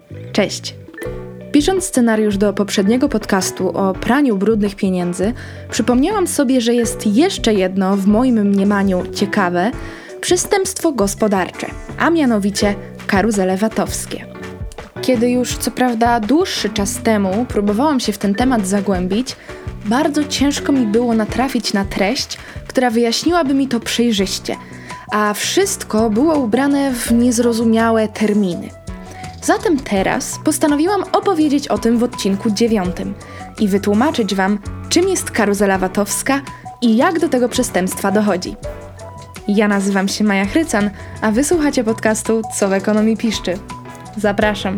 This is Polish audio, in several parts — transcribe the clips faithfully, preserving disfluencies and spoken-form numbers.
Cześć! Pisząc scenariusz do poprzedniego podcastu o praniu brudnych pieniędzy, przypomniałam sobie, że jest jeszcze jedno w moim mniemaniu ciekawe przestępstwo gospodarcze, a mianowicie karuzele vatowskie. Kiedy już co prawda dłuższy czas temu próbowałam się w ten temat zagłębić, bardzo ciężko mi było natrafić na treść, która wyjaśniłaby mi to przejrzyście, a wszystko było ubrane w niezrozumiałe terminy. Zatem teraz postanowiłam opowiedzieć o tym w odcinku dziewiątym i wytłumaczyć Wam, czym jest karuzela vatowska i jak do tego przestępstwa dochodzi. Ja nazywam się Maja Chrycan, a Wy słuchacie podcastu Co w ekonomii piszczy. Zapraszam.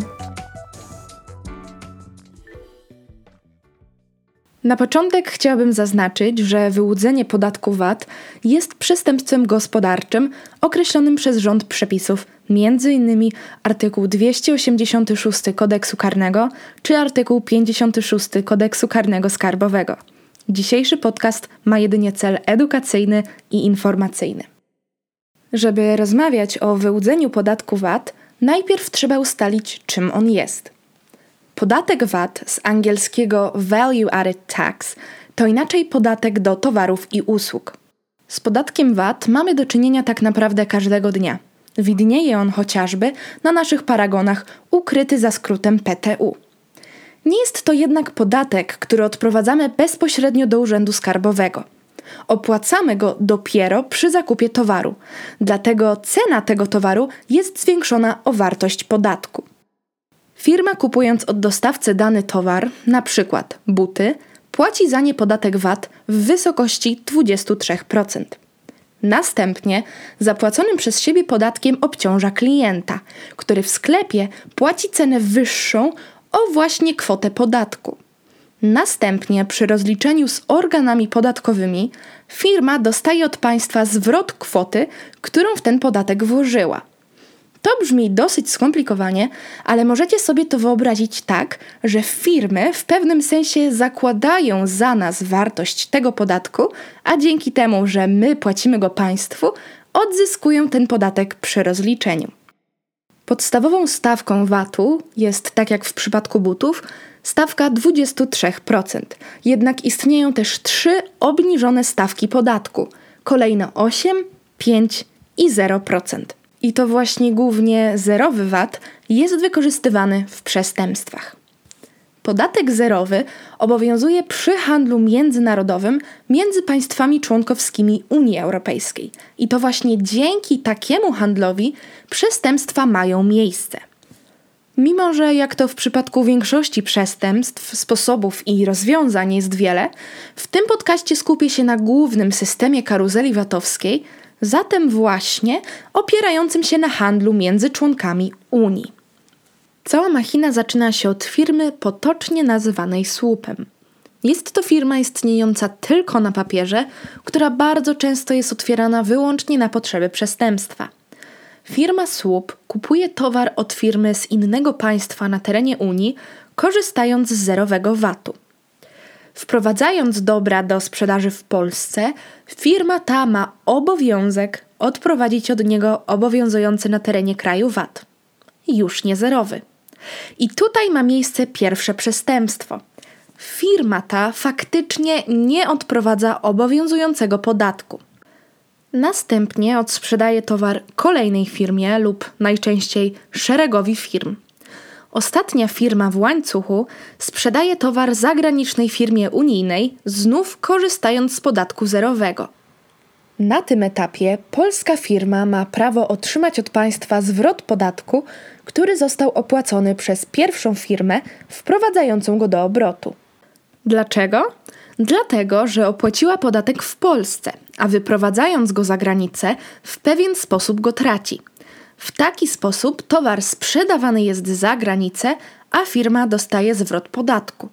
Na początek chciałabym zaznaczyć, że wyłudzenie podatku V A T jest przestępstwem gospodarczym określonym przez rząd przepisów między innymi artykuł dwieście osiemdziesiąty szósty Kodeksu Karnego czy artykuł pięćdziesiąty szósty Kodeksu Karnego Skarbowego. Dzisiejszy podcast ma jedynie cel edukacyjny i informacyjny. Żeby rozmawiać o wyłudzeniu podatku V A T, najpierw trzeba ustalić, czym on jest. Podatek V A T z angielskiego Value Added Tax to inaczej podatek do towarów i usług. Z podatkiem V A T mamy do czynienia tak naprawdę każdego dnia. Widnieje on chociażby na naszych paragonach ukryty za skrótem P T U. Nie jest to jednak podatek, który odprowadzamy bezpośrednio do Urzędu Skarbowego. Opłacamy go dopiero przy zakupie towaru, dlatego cena tego towaru jest zwiększona o wartość podatku. Firma kupując od dostawcy dany towar, na przykład buty, płaci za nie podatek V A T w wysokości dwadzieścia trzy procent. Następnie zapłaconym przez siebie podatkiem obciąża klienta, który w sklepie płaci cenę wyższą o właśnie kwotę podatku. Następnie przy rozliczeniu z organami podatkowymi firma dostaje od państwa zwrot kwoty, którą w ten podatek włożyła. To brzmi dosyć skomplikowanie, ale możecie sobie to wyobrazić tak, że firmy w pewnym sensie zakładają za nas wartość tego podatku, a dzięki temu, że my płacimy go państwu, odzyskują ten podatek przy rozliczeniu. Podstawową stawką V A T-u jest, tak jak w przypadku butów, stawka dwadzieścia trzy procent. Jednak istnieją też trzy obniżone stawki podatku, kolejno osiem, pięć i zero procent. I to właśnie głównie zerowy V A T jest wykorzystywany w przestępstwach. Podatek zerowy obowiązuje przy handlu międzynarodowym między państwami członkowskimi Unii Europejskiej. I to właśnie dzięki takiemu handlowi przestępstwa mają miejsce. Mimo że jak to w przypadku większości przestępstw, sposobów i rozwiązań jest wiele, w tym podcaście skupię się na głównym systemie karuzeli vatowskiej, zatem właśnie opierającym się na handlu między członkami Unii. Cała machina zaczyna się od firmy potocznie nazywanej słupem. Jest to firma istniejąca tylko na papierze, która bardzo często jest otwierana wyłącznie na potrzeby przestępstwa. Firma słup kupuje towar od firmy z innego państwa na terenie Unii, korzystając z zerowego V A T-u. Wprowadzając dobra do sprzedaży w Polsce, firma ta ma obowiązek odprowadzić od niego obowiązujący na terenie kraju V A T. Już nie zerowy. I tutaj ma miejsce pierwsze przestępstwo. Firma ta faktycznie nie odprowadza obowiązującego podatku. Następnie odsprzedaje towar kolejnej firmie lub najczęściej szeregowi firm. Ostatnia firma w łańcuchu sprzedaje towar zagranicznej firmie unijnej, znów korzystając z podatku zerowego. Na tym etapie polska firma ma prawo otrzymać od państwa zwrot podatku, który został opłacony przez pierwszą firmę wprowadzającą go do obrotu. Dlaczego? Dlatego, że opłaciła podatek w Polsce, a wyprowadzając go za granicę w pewien sposób go traci. W taki sposób towar sprzedawany jest za granicę, a firma dostaje zwrot podatku.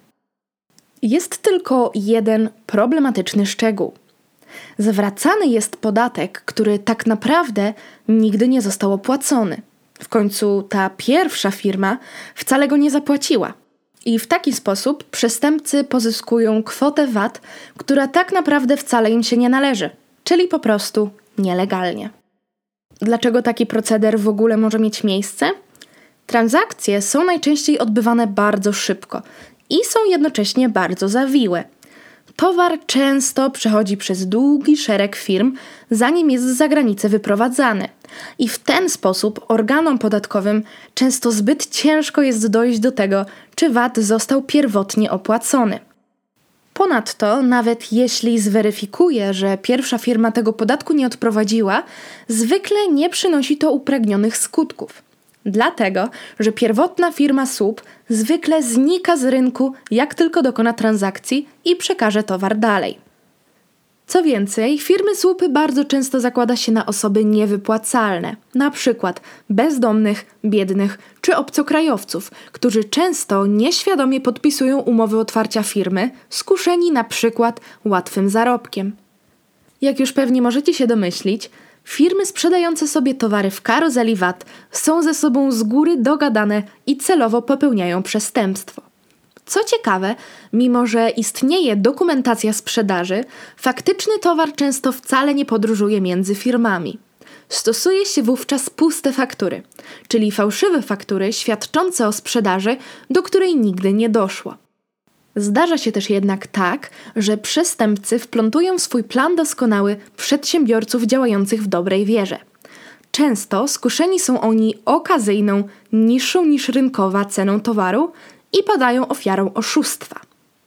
Jest tylko jeden problematyczny szczegół. Zwracany jest podatek, który tak naprawdę nigdy nie został opłacony. W końcu ta pierwsza firma wcale go nie zapłaciła. I w taki sposób przestępcy pozyskują kwotę V A T, która tak naprawdę wcale im się nie należy, czyli po prostu nielegalnie. Dlaczego taki proceder w ogóle może mieć miejsce? Transakcje są najczęściej odbywane bardzo szybko i są jednocześnie bardzo zawiłe. Towar często przechodzi przez długi szereg firm, zanim jest za granicę wyprowadzany. I w ten sposób organom podatkowym często zbyt ciężko jest dojść do tego, czy V A T został pierwotnie opłacony. Ponadto, nawet jeśli zweryfikuje, że pierwsza firma tego podatku nie odprowadziła, zwykle nie przynosi to upragnionych skutków. Dlatego, że pierwotna firma słup zwykle znika z rynku, jak tylko dokona transakcji i przekaże towar dalej. Co więcej, firmy słupy bardzo często zakłada się na osoby niewypłacalne, na przykład bezdomnych, biednych czy obcokrajowców, którzy często nieświadomie podpisują umowy otwarcia firmy, skuszeni na przykład łatwym zarobkiem. Jak już pewnie możecie się domyślić, firmy sprzedające sobie towary w karuzeli V A T są ze sobą z góry dogadane i celowo popełniają przestępstwo. Co ciekawe, mimo że istnieje dokumentacja sprzedaży, faktyczny towar często wcale nie podróżuje między firmami. Stosuje się wówczas puste faktury, czyli fałszywe faktury świadczące o sprzedaży, do której nigdy nie doszło. Zdarza się też jednak tak, że przestępcy wplątują w swój plan doskonały przedsiębiorców działających w dobrej wierze. Często skuszeni są oni okazyjną, niższą niż rynkowa ceną towaru i padają ofiarą oszustwa.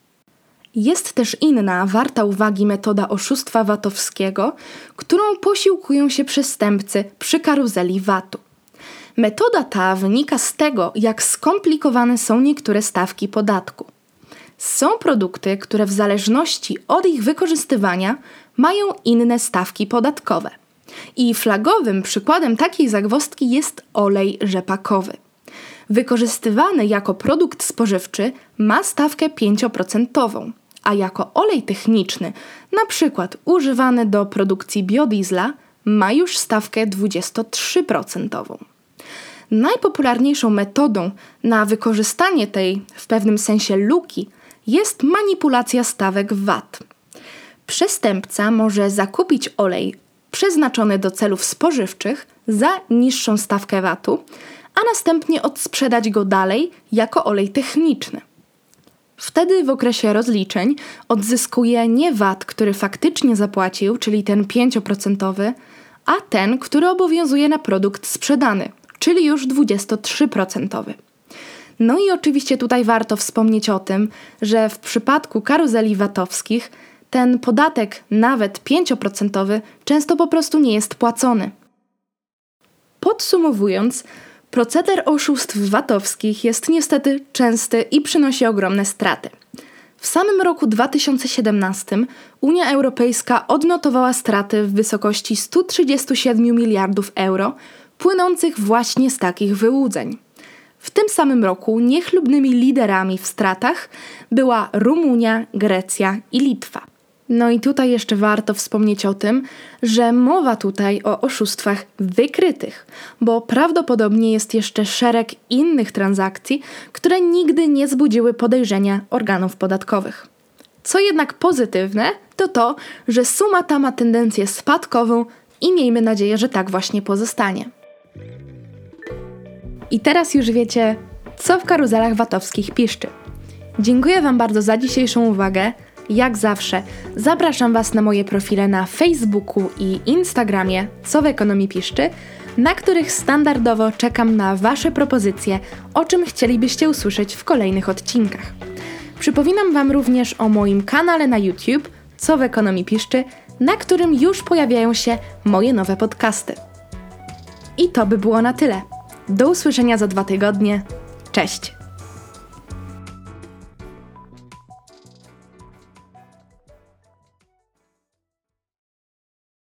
Jest też inna, warta uwagi metoda oszustwa V A T-owskiego, którą posiłkują się przestępcy przy karuzeli V A T-u. Metoda ta wynika z tego, jak skomplikowane są niektóre stawki podatku. Są produkty, które w zależności od ich wykorzystywania mają inne stawki podatkowe. I flagowym przykładem takiej zagwozdki jest olej rzepakowy. Wykorzystywany jako produkt spożywczy ma stawkę pięć procent, a jako olej techniczny, na przykład używany do produkcji biodiesla, ma już stawkę dwadzieścia trzy procent. Najpopularniejszą metodą na wykorzystanie tej w pewnym sensie luki jest manipulacja stawek V A T. Przestępca może zakupić olej przeznaczony do celów spożywczych za niższą stawkę V A T-u, a następnie odsprzedać go dalej jako olej techniczny. Wtedy w okresie rozliczeń odzyskuje nie V A T, który faktycznie zapłacił, czyli ten pięć procent, a ten, który obowiązuje na produkt sprzedany, czyli już dwadzieścia trzy procent. No i oczywiście tutaj warto wspomnieć o tym, że w przypadku karuzeli V A T-owskich ten podatek, nawet pięć procent, często po prostu nie jest płacony. Podsumowując, proceder oszustw V A T-owskich jest niestety częsty i przynosi ogromne straty. W samym roku dwa tysiące siedemnastym Unia Europejska odnotowała straty w wysokości sto trzydzieści siedem miliardów euro płynących właśnie z takich wyłudzeń. W tym samym roku niechlubnymi liderami w stratach była Rumunia, Grecja i Litwa. No i tutaj jeszcze warto wspomnieć o tym, że mowa tutaj o oszustwach wykrytych, bo prawdopodobnie jest jeszcze szereg innych transakcji, które nigdy nie wzbudziły podejrzenia organów podatkowych. Co jednak pozytywne, to to, że suma ta ma tendencję spadkową i miejmy nadzieję, że tak właśnie pozostanie. I teraz już wiecie, co w karuzelach V A T-owskich piszczy. Dziękuję Wam bardzo za dzisiejszą uwagę. Jak zawsze zapraszam Was na moje profile na Facebooku i Instagramie Co w Ekonomii Piszczy, na których standardowo czekam na Wasze propozycje, o czym chcielibyście usłyszeć w kolejnych odcinkach. Przypominam Wam również o moim kanale na YouTube Co w Ekonomii Piszczy, na którym już pojawiają się moje nowe podcasty. I to by było na tyle. Do usłyszenia za dwa tygodnie. Cześć!